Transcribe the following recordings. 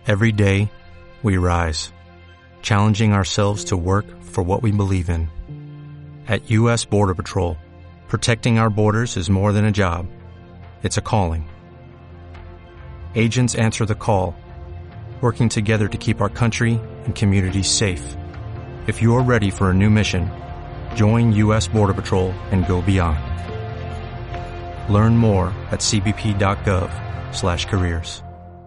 Every day, we rise, challenging ourselves to work for what we believe in. At U.S. Border Patrol, protecting our borders is more than a job. It's a calling. Agents answer the call, working together to keep our country and communities safe. If you're ready for a new mission, join U.S. Border Patrol and go beyond. Learn more at cbp.gov/careers.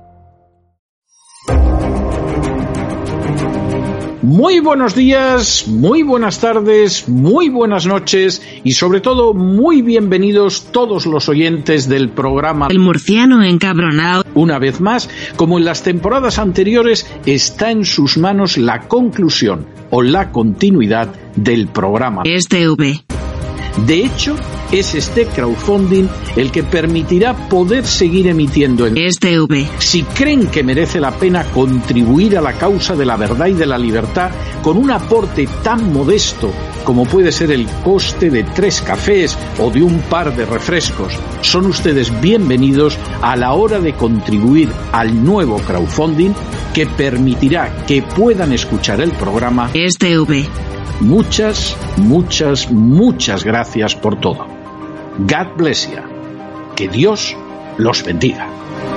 Muy buenos días, muy buenas tardes, muy buenas noches y sobre todo muy bienvenidos todos los oyentes del programa El Murciano Encabronado. Una vez más, como en las temporadas anteriores, está en sus manos la conclusión o la continuidad del programa. STV. De hecho, es este crowdfunding el que permitirá poder seguir emitiendo en STV. Si creen que merece la pena contribuir a la causa de la verdad y de la libertad con un aporte tan modesto como puede ser el coste de 3 cafés o de un par de refrescos, son ustedes bienvenidos a la hora de contribuir al nuevo crowdfunding que permitirá que puedan escuchar el programa STV. Muchas, muchas, muchas gracias por todo. God bless you. Que Dios los bendiga.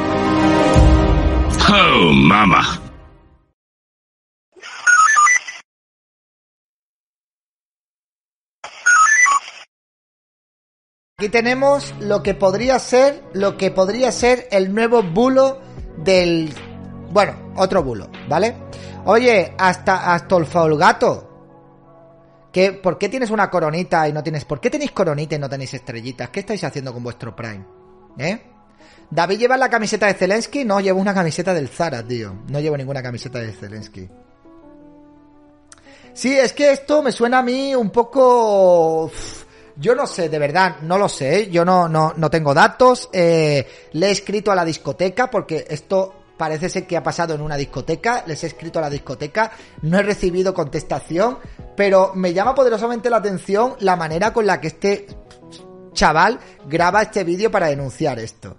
Oh, mama. Aquí tenemos lo que podría ser el nuevo bulo del... Bueno, otro bulo, ¿vale? Oye, hasta el Folgato. ¿Por qué tienes una coronita y no tienes... ¿Por qué tenéis coronita y no tenéis estrellitas? ¿Qué estáis haciendo con vuestro Prime? ¿David lleva la camiseta de Zelensky? No, llevo una camiseta del Zara, tío. No llevo ninguna camiseta de Zelensky. Sí, es que esto me suena a mí un poco... Yo no sé, de verdad, no lo sé. Yo no tengo datos. Le he escrito a la discoteca porque esto... Parece ser que ha pasado en una discoteca, les he escrito a la discoteca, no he recibido contestación, pero me llama poderosamente la atención la manera con la que este chaval graba este vídeo para denunciar esto.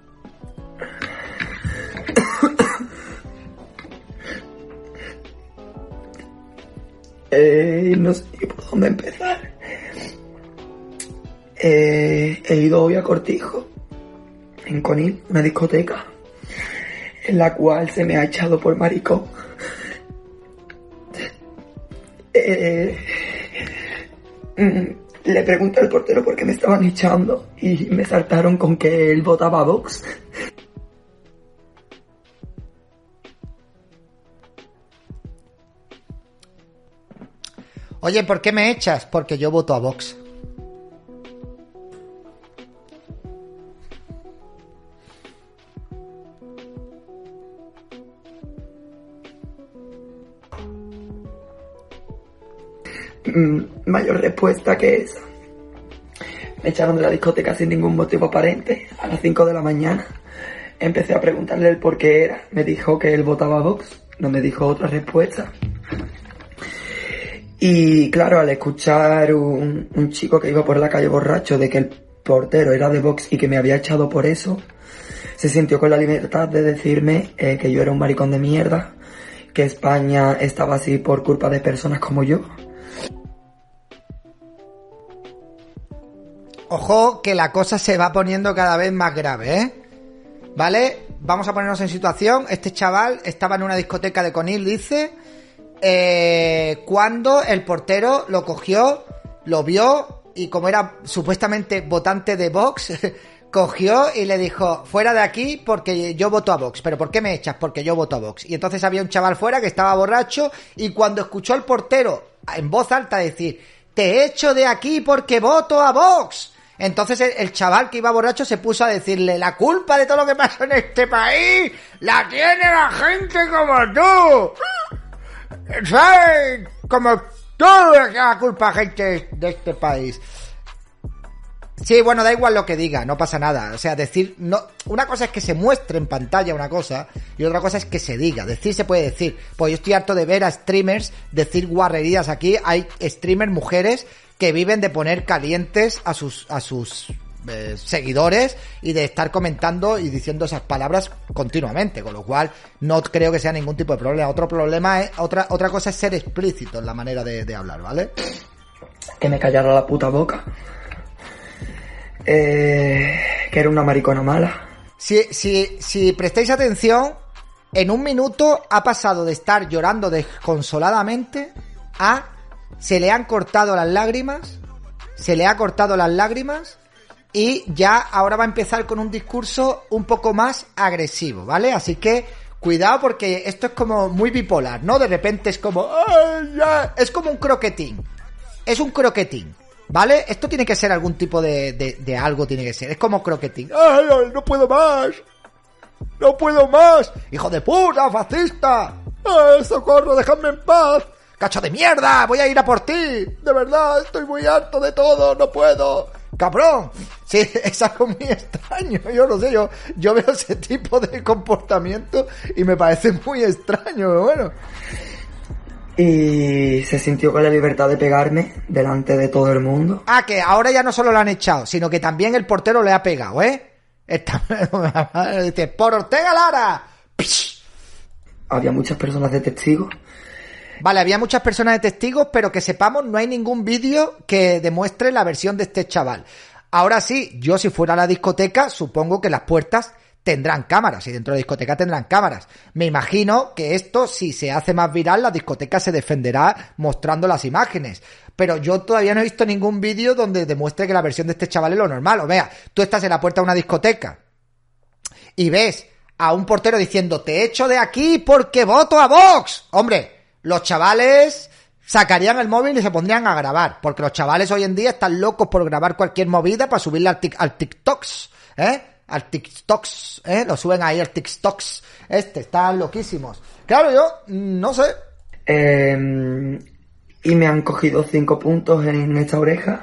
No sé por dónde empezar. He ido hoy a Cortijo, en Conil, una discoteca, en la cual se me ha echado por maricón. Le pregunté al portero por qué me estaban echando y me saltaron con que él votaba a Vox. Oye, ¿por qué me echas? Porque yo voto a Vox. Mayor respuesta que esa. Me echaron de la discoteca sin ningún motivo aparente a las 5 de la mañana. Empecé a preguntarle el por qué era. Me dijo que él votaba a Vox. No me dijo otra respuesta. Y claro, al escuchar un chico que iba por la calle borracho de que el portero era de Vox y que me había echado por eso, se sintió con la libertad de decirme que yo era un maricón de mierda, que España estaba así por culpa de personas como yo. Ojo, que la cosa se va poniendo cada vez más grave, ¿vale? Vamos a ponernos en situación. Este chaval estaba en una discoteca de Conil, dice, cuando el portero lo cogió, lo vio y como era supuestamente votante de Vox, cogió y le dijo, fuera de aquí porque yo voto a Vox. ¿Pero por qué me echas? Porque yo voto a Vox. Y entonces había un chaval fuera que estaba borracho y cuando escuchó al portero en voz alta decir, te echo de aquí porque voto a Vox, entonces el chaval que iba borracho se puso a decirle, la culpa de todo lo que pasa en este país la tiene la gente como tú, ¿sabes? Como tú, la culpa gente de este país. Sí, bueno, da igual lo que diga, no pasa nada. O sea, decir, no, una cosa es que se muestre en pantalla una cosa y otra cosa es que se diga. Decir se puede decir. Pues yo estoy harto de ver a streamers decir guarrerías aquí. Hay streamers mujeres que viven de poner calientes a sus seguidores y de estar comentando y diciendo esas palabras continuamente, con lo cual no creo que sea ningún tipo de problema. Otro problema es, otra cosa es ser explícito en la manera de hablar, ¿vale? Que me callara la puta boca. Que era una maricona mala. Si prestáis atención, en un minuto ha pasado de estar llorando desconsoladamente a se le han cortado las lágrimas, y ya ahora va a empezar con un discurso un poco más agresivo, ¿vale? Así que cuidado, porque esto es como muy bipolar, ¿no? De repente es como ¡ay, ya! Es como un croquetín. Es un croquetín, ¿vale? Esto tiene que ser algún tipo de algo, tiene que ser. Es como croquetín. ¡Ay, ay, no puedo más! ¡No puedo más! ¡Hijo de puta, fascista! ¡Ay, socorro, déjame en paz! ¡Cacho de mierda! ¡Voy a ir a por ti! De verdad, estoy muy harto de todo, no puedo. ¡Cabrón! Sí, es algo muy extraño. Yo no sé, yo veo ese tipo de comportamiento y me parece muy extraño, pero bueno. Y se sintió con la libertad de pegarme delante de todo el mundo. Ah, que ahora ya no solo lo han echado, sino que también el portero le ha pegado, ¿eh? Dice, ¡por Ortega Lara! ¡Pish! Había muchas personas de testigos. Vale, había muchas personas de testigos, pero que sepamos, no hay ningún vídeo que demuestre la versión de este chaval. Ahora sí, yo si fuera a la discoteca, supongo que las puertas tendrán cámaras, y dentro de la discoteca tendrán cámaras. Me imagino que esto, si se hace más viral, la discoteca se defenderá mostrando las imágenes. Pero yo todavía no he visto ningún vídeo donde demuestre que la versión de este chaval es lo normal. O vea, tú estás en la puerta de una discoteca y ves a un portero diciendo, te echo de aquí porque voto a Vox. Hombre, los chavales sacarían el móvil y se pondrían a grabar, porque los chavales hoy en día están locos por grabar cualquier movida para subirla al TikToks, al TikToks, lo suben ahí al TikToks, están loquísimos. Claro, yo no sé. Y me han cogido 5 puntos en esta oreja.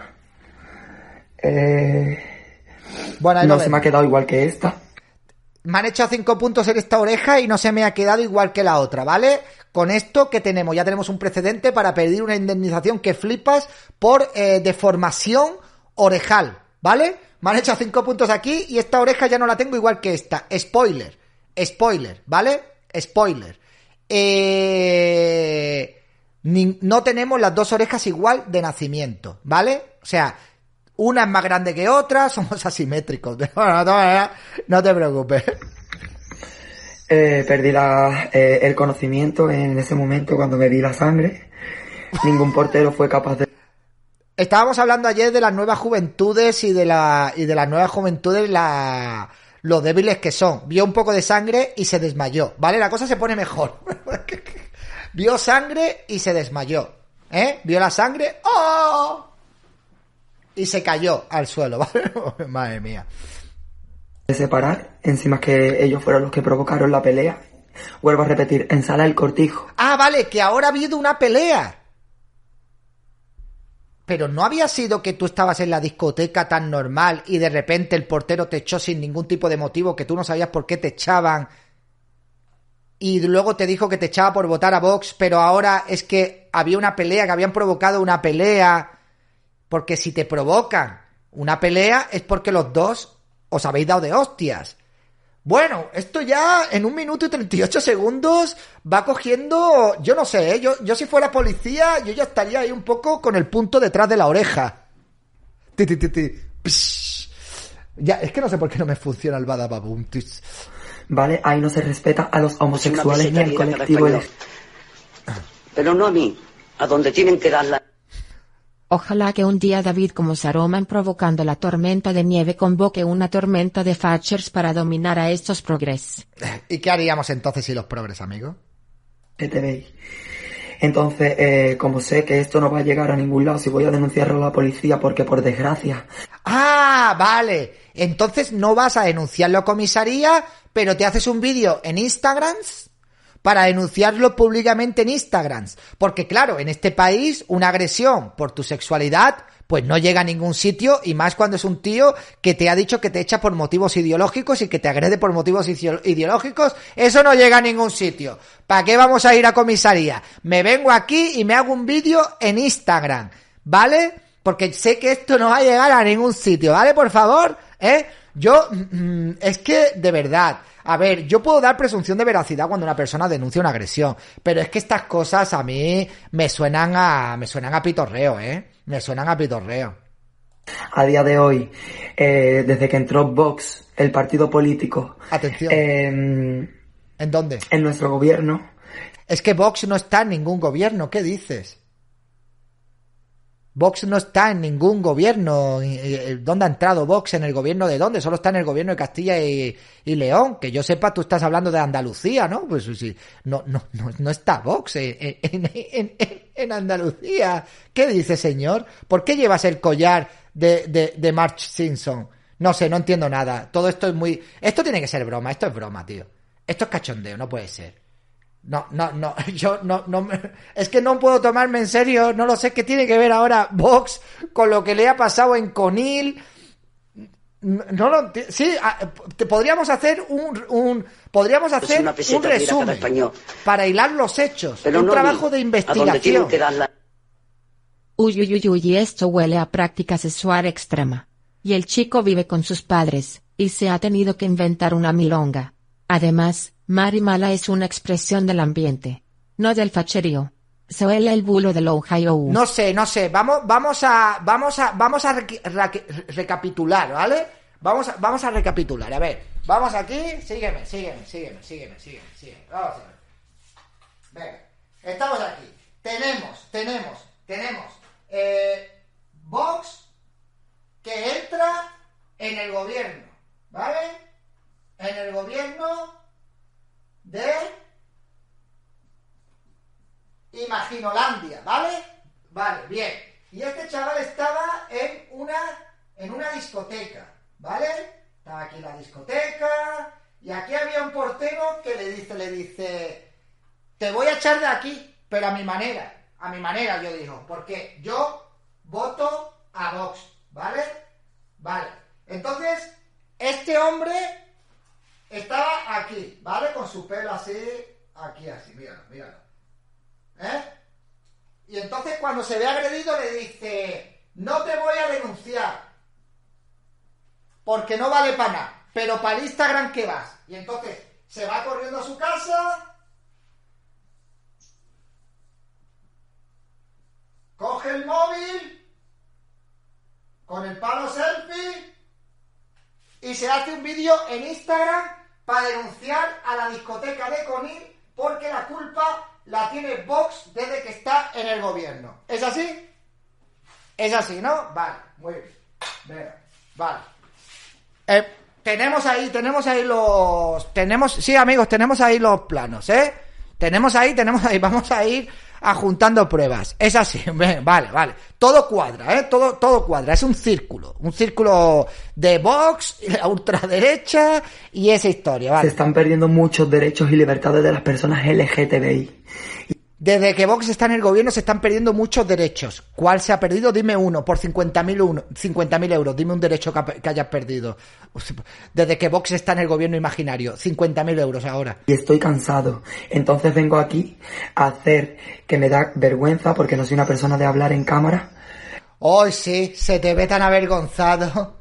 Bueno, no se me ha quedado igual que esta. Me han echado 5 puntos en esta oreja y no se me ha quedado igual que la otra, ¿vale? Con esto, ¿qué tenemos? Ya tenemos un precedente para pedir una indemnización que flipas por deformación orejal, ¿vale? Me han echado 5 puntos aquí y esta oreja ya no la tengo igual que esta. Spoiler, ¿vale? Spoiler. No tenemos las dos orejas igual de nacimiento, ¿vale? O sea, una es más grande que otra, somos asimétricos. No te preocupes. Perdí el conocimiento en ese momento cuando me vi la sangre. Ningún portero fue capaz de... Estábamos hablando ayer de las nuevas juventudes y de las nuevas juventudes lo débiles que son. Vio un poco de sangre y se desmayó, ¿vale? La cosa se pone mejor. Vio sangre y se desmayó, vio la sangre, ¡oh! Y se cayó al suelo, ¿vale? Madre mía. De separar, encima que ellos fueron los que provocaron la pelea. Vuelvo a repetir, en Sala del Cortijo. Ah, vale, que ahora ha habido una pelea. Pero no había sido que tú estabas en la discoteca tan normal y de repente el portero te echó sin ningún tipo de motivo, que tú no sabías por qué te echaban, y luego te dijo que te echaba por votar a Vox, pero ahora es que había una pelea, que habían provocado una pelea, porque si te provocan una pelea es porque los dos os habéis dado de hostias. Bueno, esto ya en 1 minuto y 38 segundos va cogiendo, yo no sé, yo si fuera policía, yo ya estaría ahí un poco con el punto detrás de la oreja. Ya, es que no sé por qué no me funciona el badababum. Vale, ahí no se respeta a los homosexuales ni al colectivo. Pero no a mí, a donde tienen que darla. Ojalá que un día David como Saruman provocando la tormenta de nieve convoque una tormenta de fachers para dominar a estos progres. ¿Y qué haríamos entonces si los progres, amigo? ¿Qué te veis? Entonces, como sé que esto no va a llegar a ningún lado, si voy a denunciarlo a la policía porque por desgracia... ¡Ah, vale! Entonces no vas a denunciarlo a comisaría, pero te haces un vídeo en Instagram para denunciarlo públicamente en Instagram. Porque claro, en este país una agresión por tu sexualidad pues no llega a ningún sitio, y más cuando es un tío que te ha dicho que te echa por motivos ideológicos y que te agrede por motivos ideológicos. Eso no llega a ningún sitio. ¿Para qué vamos a ir a comisaría? Me vengo aquí y me hago un vídeo en Instagram, ¿vale? porque sé que esto no va a llegar a ningún sitio, ¿vale? Por favor, Yo, es que, de verdad, a ver, yo puedo dar presunción de veracidad cuando una persona denuncia una agresión, pero es que estas cosas a mí me suenan a pitorreo, me suenan a pitorreo. A día de hoy, desde que entró Vox, el partido político... Atención. ¿En dónde? En nuestro gobierno. Es que Vox no está en ningún gobierno, ¿qué dices? Vox no está en ningún gobierno. ¿Dónde ha entrado Vox? ¿En el gobierno de dónde? Solo está en el gobierno de Castilla y León. Que yo sepa, tú estás hablando de Andalucía, ¿no? Pues sí, no está Vox en Andalucía. ¿Qué dice, señor? ¿Por qué llevas el collar de Marge Simpson? No sé, no entiendo nada. Todo esto es muy... Esto tiene que ser broma, esto es broma, tío. Esto es cachondeo, no puede ser. No, yo no, es que no puedo tomarme en serio, no lo sé, ¿qué tiene que ver ahora Vox con lo que le ha pasado en Conil? No lo entiendo. Sí, podríamos hacer un resumen para hilar los hechos, pero un trabajo de investigación. Uy, esto huele a práctica sexual extrema. Y el chico vive con sus padres, y se ha tenido que inventar una milonga. Además, Mari Mala es una expresión del ambiente, no del facherío. Se huele el bulo del Ohio. No sé, vamos a recapitular, ¿vale? Vamos a recapitular, a ver, vamos aquí, sígueme. Vamos a ver. Venga, estamos aquí. Tenemos Vox que entra en el gobierno, ¿vale? En el gobierno de Imaginolandia, ¿vale? Vale, bien. Y este chaval estaba en una discoteca, ¿vale? Estaba aquí en la discoteca y aquí había un portero que le dice, te voy a echar de aquí, pero a mi manera, yo digo, porque yo voto a Vox, ¿vale? Vale. Entonces, este hombre estaba aquí, ¿vale? Con su pelo así, aquí así, míralo. Y entonces cuando se ve agredido le dice, no te voy a denunciar, porque no vale para nada, pero para el Instagram ¿qué vas? Y entonces se va corriendo a su casa, coge el móvil, con el palo selfie, y se hace un vídeo en Instagram para denunciar a la discoteca de Conil porque la culpa la tiene Vox desde que está en el gobierno. ¿Es así? ¿Es así, no? Vale, muy bien. Venga, vale. Tenemos ahí los... Sí, amigos, tenemos ahí los planos, Tenemos ahí, vamos a ir juntando pruebas. Es así, vale. Todo cuadra, todo cuadra. Es un círculo de Vox, la ultraderecha y esa historia, ¿vale? Se están perdiendo muchos derechos y libertades de las personas LGTBI. Desde que Vox está en el gobierno se están perdiendo muchos derechos. ¿Cuál se ha perdido? Dime uno, por 50.000 euros. Dime un derecho que hayas perdido. Desde que Vox está en el gobierno imaginario. 50.000 euros ahora. Y estoy cansado. Entonces vengo aquí a hacer que me da vergüenza porque no soy una persona de hablar en cámara. Hoy sí, se te ve tan avergonzado.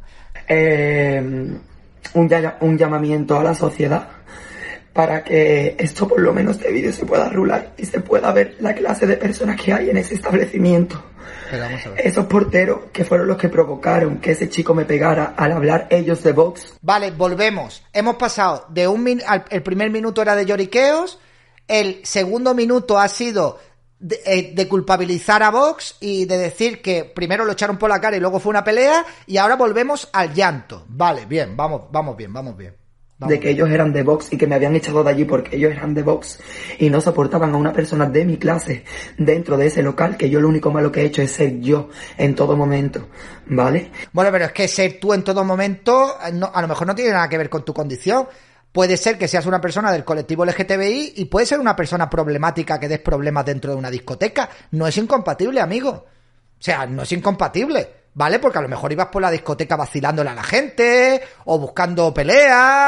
Un llamamiento a la sociedad para que esto por lo menos de vídeo se pueda rular y se pueda ver la clase de personas que hay en ese establecimiento. Pero vamos a ver. Esos porteros que fueron los que provocaron que ese chico me pegara al hablar ellos de Vox. Vale, volvemos. Hemos pasado de el primer minuto era de lloriqueos, el segundo minuto ha sido de culpabilizar a Vox y de decir que primero lo echaron por la cara y luego fue una pelea y ahora volvemos al llanto. Vale, bien, vamos bien. De que ellos eran de Vox y que me habían echado de allí porque ellos eran de Vox y no soportaban a una persona de mi clase dentro de ese local, que yo lo único malo que he hecho es ser yo en todo momento, ¿vale? Bueno, pero es que ser tú en todo momento a lo mejor no tiene nada que ver con tu condición. Puede ser que seas una persona del colectivo LGTBI y puede ser una persona problemática que des problemas dentro de una discoteca. No es incompatible, amigo. O sea, no es incompatible. ¿Vale? Porque a lo mejor ibas por la discoteca vacilándole a la gente, o buscando peleas,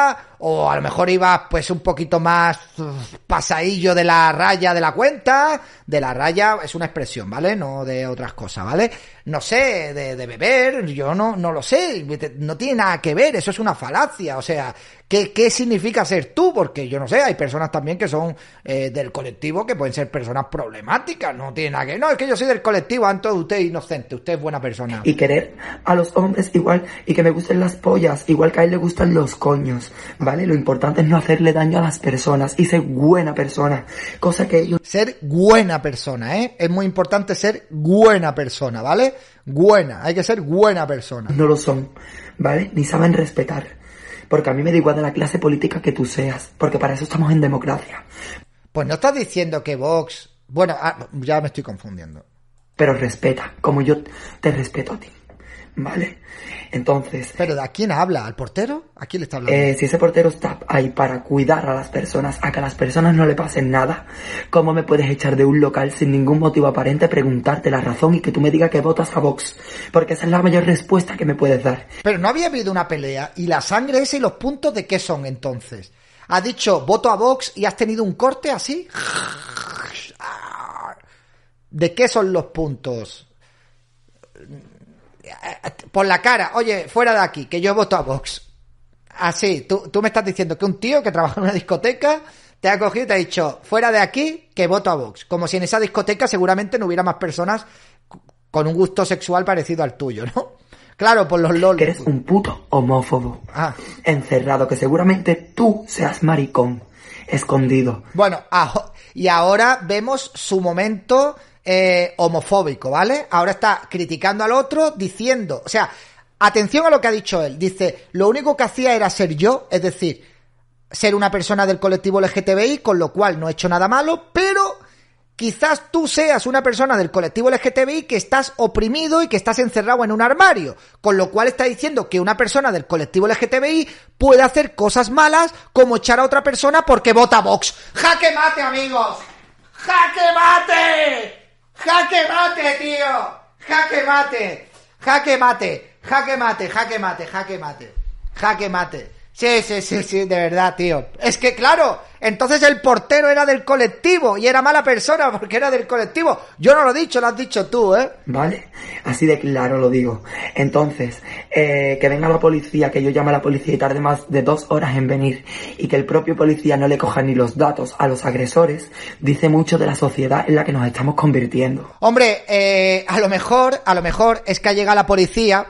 o a lo mejor ibas pues un poquito más pasadillo de la raya de la cuenta, de la raya es una expresión, ¿vale? No de otras cosas, ¿vale? No sé, de beber, yo no lo sé, no tiene nada que ver, eso es una falacia, o sea, ¿qué significa ser tú? Porque yo no sé, hay personas también que son del colectivo que pueden ser personas problemáticas, no tiene nada que ver, no, es que yo soy del colectivo, entonces usted es inocente, usted es buena persona. Y querer a los hombres igual, y que me gusten las pollas, igual que a él le gustan los coños, ¿vale? Lo importante es no hacerle daño a las personas y ser buena persona, cosa que ellos... Ser buena persona, ¿eh? Es muy importante ser buena persona, ¿vale? Buena, hay que ser buena persona. No lo son, ¿vale? Ni saben respetar. Porque a mí me da igual de la clase política que tú seas, porque para eso estamos en democracia. Pues no estás diciendo que Vox... Bueno, ya me estoy confundiendo. Pero respeta, como yo te respeto a ti, ¿vale? Entonces... ¿Pero a quién habla? ¿Al portero? ¿A quién le está hablando? Si ese portero está ahí para cuidar a las personas, a que a las personas no le pasen nada, ¿cómo me puedes echar de un local sin ningún motivo aparente, preguntarte la razón y que tú me digas que votas a Vox? Porque esa es la mayor respuesta que me puedes dar. Pero no había habido una pelea, y la sangre esa y los puntos, ¿de qué son entonces? ¿Has dicho voto a Vox y has tenido un corte así? ¿De qué son los puntos? Por la cara, oye, fuera de aquí, que yo voto a Vox. Así, tú me estás diciendo que un tío que trabaja en una discoteca te ha cogido y te ha dicho, fuera de aquí, que voto a Vox. Como si en esa discoteca seguramente no hubiera más personas con un gusto sexual parecido al tuyo, ¿no? Claro, por los LOL. Que eres un puto homófobo. Encerrado, que seguramente tú seas maricón. Escondido. Bueno, y ahora vemos su momento... homofóbico, ¿vale? Ahora está criticando al otro diciendo, o sea, atención a lo que ha dicho él, dice, lo único que hacía era ser yo, es decir, ser una persona del colectivo LGTBI, con lo cual no he hecho nada malo, pero quizás tú seas una persona del colectivo LGTBI que estás oprimido y que estás encerrado en un armario, con lo cual está diciendo que una persona del colectivo LGTBI puede hacer cosas malas como echar a otra persona porque vota Vox. ¡Jaque mate, amigos! ¡Jaque mate! ¡Jaque mate, tío! ¡Jaque mate! ¡Jaque mate! ¡Jaque mate! ¡Jaque mate! ¡Jaque mate! ¡Jaque mate! Sí, de verdad, tío. Es que, claro, entonces el portero era del colectivo y era mala persona porque era del colectivo. Yo no lo he dicho, lo has dicho tú, ¿eh? Vale, así de claro lo digo. Entonces, que venga la policía, que yo llame a la policía y tarde más de 2 horas en venir y que el propio policía no le coja ni los datos a los agresores, dice mucho de la sociedad en la que nos estamos convirtiendo. Hombre, a lo mejor es que ha llegado la policía...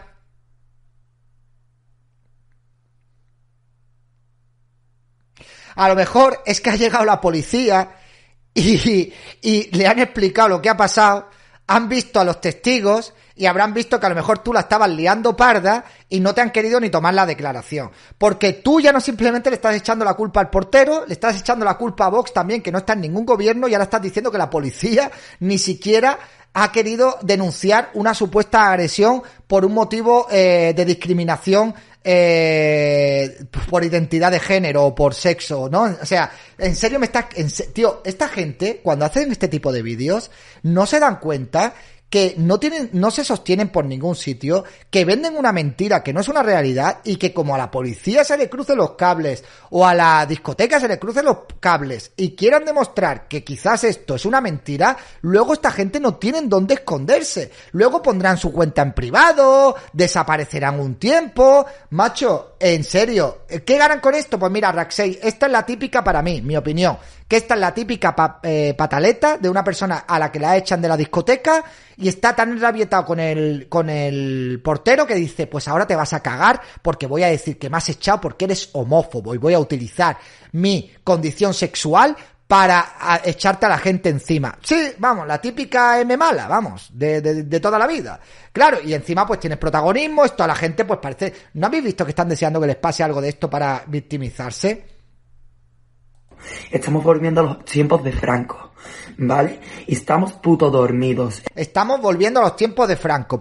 A lo mejor es que ha llegado la policía y le han explicado lo que ha pasado, han visto a los testigos y habrán visto que a lo mejor tú la estabas liando parda y no te han querido ni tomar la declaración. Porque tú ya no simplemente le estás echando la culpa al portero, le estás echando la culpa a Vox también, que no está en ningún gobierno, y ahora estás diciendo que la policía ni siquiera ha querido denunciar una supuesta agresión por un motivo de discriminación por identidad de género o por sexo, ¿no? O sea, en serio tío, esta gente, cuando hacen este tipo de vídeos, no se dan cuenta que no se sostienen por ningún sitio, que venden una mentira que no es una realidad y que como a la policía se le crucen los cables o a la discoteca se le crucen los cables y quieran demostrar que quizás esto es una mentira, luego esta gente no tienen dónde esconderse. Luego pondrán su cuenta en privado, desaparecerán un tiempo. Macho, en serio, ¿qué ganan con esto? Pues mira, Raxey, esta es la típica para mí, mi opinión, que esta es la típica pataleta de una persona a la que la echan de la discoteca y está tan enrabietado con el portero que dice, pues ahora te vas a cagar porque voy a decir que me has echado porque eres homófobo y voy a utilizar mi condición sexual para echarte a la gente encima. Sí, vamos, la típica M mala, vamos, de toda la vida. Claro, y encima pues tienes protagonismo, esto a la gente pues parece... ¿No habéis visto que están deseando que les pase algo de esto para victimizarse? Estamos volviendo a los tiempos de Franco, ¿vale? Y estamos puto dormidos. Estamos volviendo a los tiempos de Franco.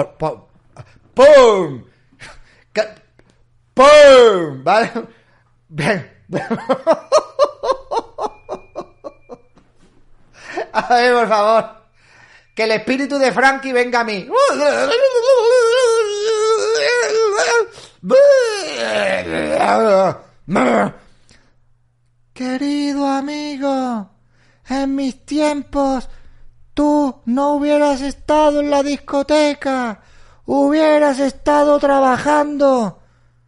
¡Pum! ¡Pum! ¿Vale? A ver, por favor. Que el espíritu de Frankie venga a mí. Querido amigo, en mis tiempos tú no hubieras estado en la discoteca, hubieras estado trabajando.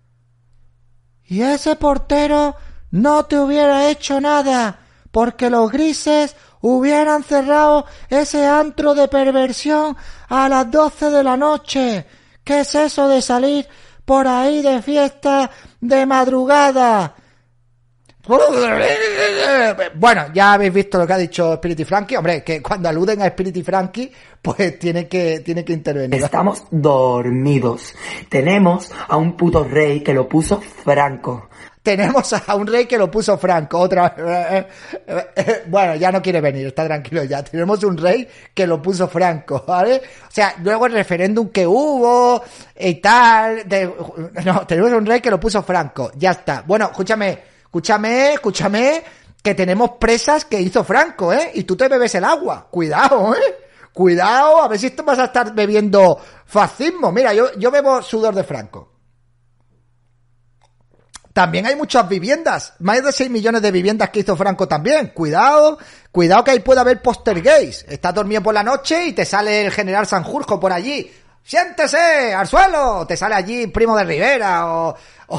Y ese portero no te hubiera hecho nada, porque los grises hubieran cerrado ese antro de perversión a las 12 de la noche. ¿Qué es eso de salir por ahí de fiesta de madrugada? Bueno, ya habéis visto lo que ha dicho Spirit y Frankie. Hombre, que cuando aluden a Spirit y Frankie, pues tiene que intervenir. Estamos dormidos. Tenemos a un puto rey que lo puso Franco. Tenemos a un rey que lo puso Franco. Otra vez. Bueno, ya no quiere venir, está tranquilo ya. Tenemos un rey que lo puso Franco, ¿vale? O sea, luego el referéndum que hubo y tal. No, tenemos un rey que lo puso Franco. Ya está. Bueno, escúchame, que tenemos presas que hizo Franco, ¿eh? Y tú te bebes el agua. Cuidado, ¿eh? Cuidado, a ver si vas a estar bebiendo fascismo. Mira, yo bebo sudor de Franco. También hay muchas viviendas, más de 6 millones de viviendas que hizo Franco también. Cuidado que ahí puede haber póster gays. Estás dormido por la noche y te sale el general Sanjurjo por allí. ¡Siéntese! ¡Al suelo! Te sale allí Primo de Rivera o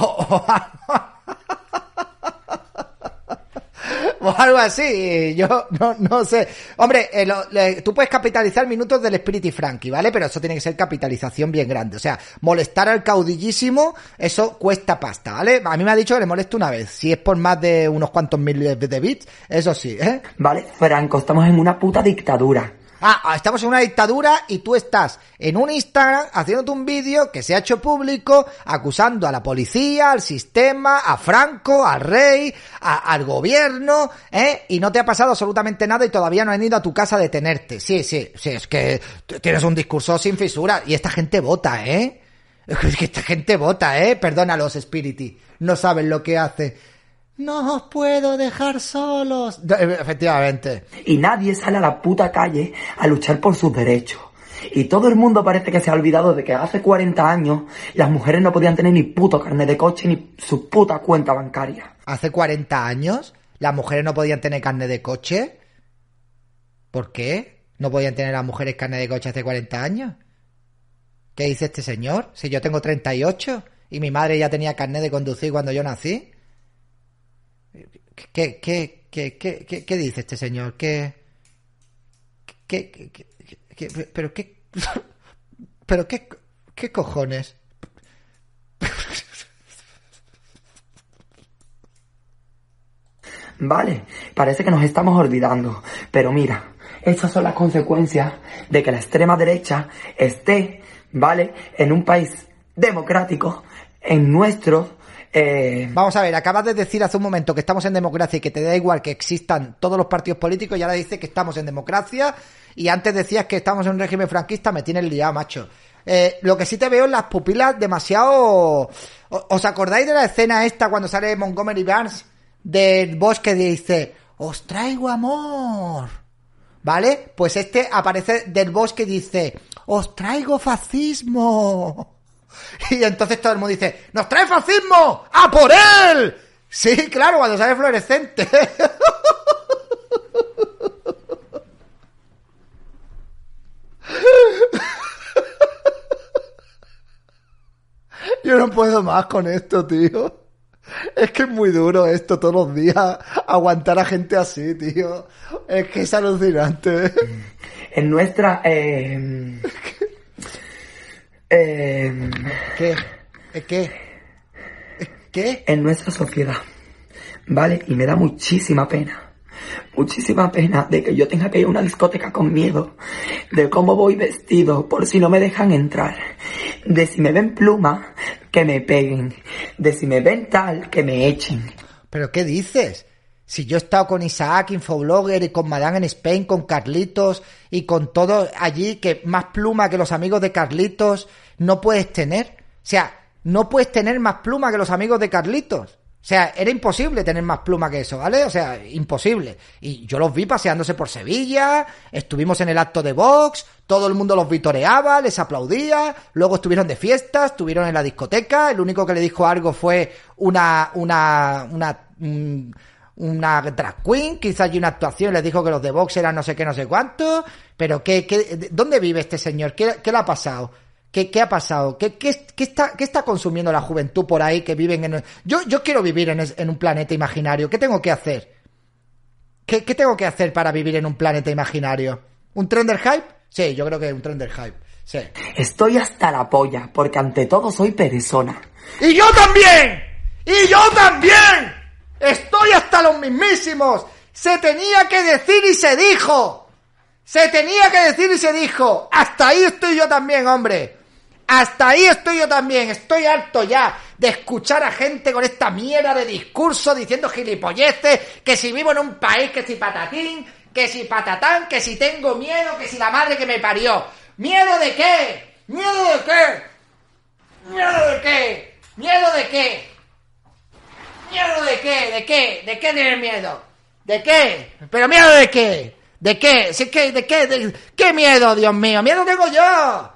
algo así. Yo no sé. Hombre, tú puedes capitalizar minutos del Spirit y Frankie, ¿vale? Pero eso tiene que ser capitalización bien grande. O sea, molestar al caudillísimo, eso cuesta pasta, ¿vale? A mí me ha dicho que le molesto una vez. Si es por más de unos cuantos miles de bits, eso sí, ¿eh? Vale, Franco, estamos en una puta dictadura. Estamos en una dictadura y tú estás en un Instagram haciéndote un vídeo que se ha hecho público acusando a la policía, al sistema, a Franco, al rey, al gobierno, y no te ha pasado absolutamente nada y todavía no han ido a tu casa a detenerte. Sí, es que tienes un discurso sin fisura y esta gente vota, ¿eh? Es que esta gente vota, ¿eh? Perdónalos, Spirity, no saben lo que hace. No os puedo dejar solos. Efectivamente. Y nadie sale a la puta calle a luchar por sus derechos. Y todo el mundo parece que se ha olvidado de que hace 40 años las mujeres no podían tener ni puto carnet de coche ni su puta cuenta bancaria. ¿Hace 40 años las mujeres no podían tener carnet de coche? ¿Por qué no podían tener las mujeres carnet de coche hace 40 años? ¿Qué dice este señor? Si yo tengo 38 y mi madre ya tenía carnet de conducir cuando yo nací. ¿Qué dice este señor? ¿Pero qué cojones? Vale, parece que nos estamos olvidando, pero mira, estas son las consecuencias de que la extrema derecha esté, ¿vale?, en un país democrático, en nuestro... Vamos a ver, acabas de decir hace un momento que estamos en democracia y que te da igual que existan todos los partidos políticos y ahora dices que estamos en democracia y antes decías que estamos en un régimen franquista. Me tienes liado, macho. Lo que sí te veo en las pupilas demasiado... ¿Os acordáis de la escena esta cuando sale Montgomery Burns del bosque y dice os traigo amor? ¿Vale? Pues este aparece del bosque y dice os traigo fascismo. Y entonces todo el mundo dice ¡nos trae fascismo! ¡A por él! Sí, claro, cuando sale fluorescente. Yo no puedo más con esto, tío. Es que es muy duro esto todos los días, aguantar a gente así, tío. Es que es alucinante. En nuestra... ¿Qué? En nuestra sociedad, ¿vale? Y me da muchísima pena de que yo tenga que ir a una discoteca con miedo, de cómo voy vestido por si no me dejan entrar, de si me ven pluma, que me peguen, de si me ven tal, que me echen. ¿Pero qué dices? Si yo he estado con Isaac, Infoblogger, y con Madame en Spain, con Carlitos, y con todo allí, que más pluma que los amigos de Carlitos no puedes tener. O sea, no puedes tener más pluma que los amigos de Carlitos. O sea, era imposible tener más pluma que eso, ¿vale? O sea, imposible. Y yo los vi paseándose por Sevilla, estuvimos en el acto de Vox, todo el mundo los vitoreaba, les aplaudía, luego estuvieron de fiesta, estuvieron en la discoteca, el único que le dijo algo fue una drag queen, quizás allí una actuación, les dijo que los de Vox eran no sé qué, no sé cuánto, pero ¿dónde vive este señor? ¿Qué le ha pasado? ¿Qué ha pasado? ¿Qué está consumiendo la juventud por ahí que viven en... Yo quiero vivir en un planeta imaginario. ¿Qué tengo que hacer? ¿Qué tengo que hacer para vivir en un planeta imaginario? ¿Un tren del hype? Sí, yo creo que es un tren del hype. Sí. Estoy hasta la polla, porque ante todo soy persona. ¡Y yo también! ¡Y yo también! ¡Estoy hasta los mismísimos! ¡Se tenía que decir y se dijo! ¡Se tenía que decir y se dijo! ¡Hasta ahí estoy yo también, hombre! Hasta ahí estoy yo también, estoy harto ya de escuchar a gente con esta mierda de discurso diciendo gilipolleces, que si vivo en un país, que si patatín, que si patatán, que si tengo miedo, que si la madre que me parió. ¿Miedo de qué? ¿Miedo de qué? ¿Miedo de qué? ¿Miedo de qué? ¿Miedo de qué? ¿De qué? ¿De qué tienes miedo? ¿De qué? ¿Pero miedo de qué? ¿De qué? Si es que, ¿de qué? ¿Qué miedo, Dios mío? ¡Miedo tengo yo!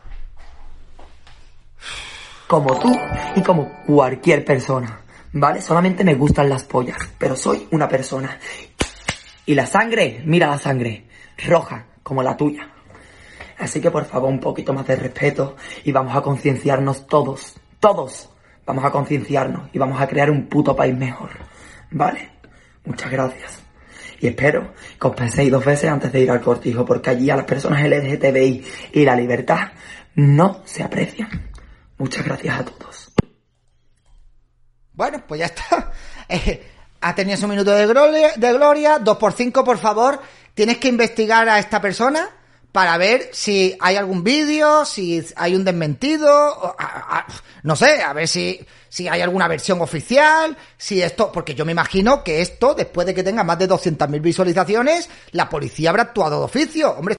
Como tú y como cualquier persona, ¿vale? Solamente me gustan las pollas, pero soy una persona. Y la sangre, mira la sangre, roja como la tuya. Así que por favor un poquito más de respeto y vamos a concienciarnos todos. Vamos a concienciarnos y vamos a crear un puto país mejor, ¿vale? Muchas gracias. Y espero que os penséis 2 veces antes de ir al cortijo, porque allí a las personas LGTBI y la libertad no se aprecian. Muchas gracias a todos. Bueno, pues ya está. Ha tenido su minuto de gloria. 2x5, por favor. Tienes que investigar a esta persona para ver si hay algún vídeo, si hay un desmentido, no sé, a ver si hay alguna versión oficial, si esto, porque yo me imagino que esto, después de que tenga más de 200.000 visualizaciones, la policía habrá actuado de oficio. Hombre,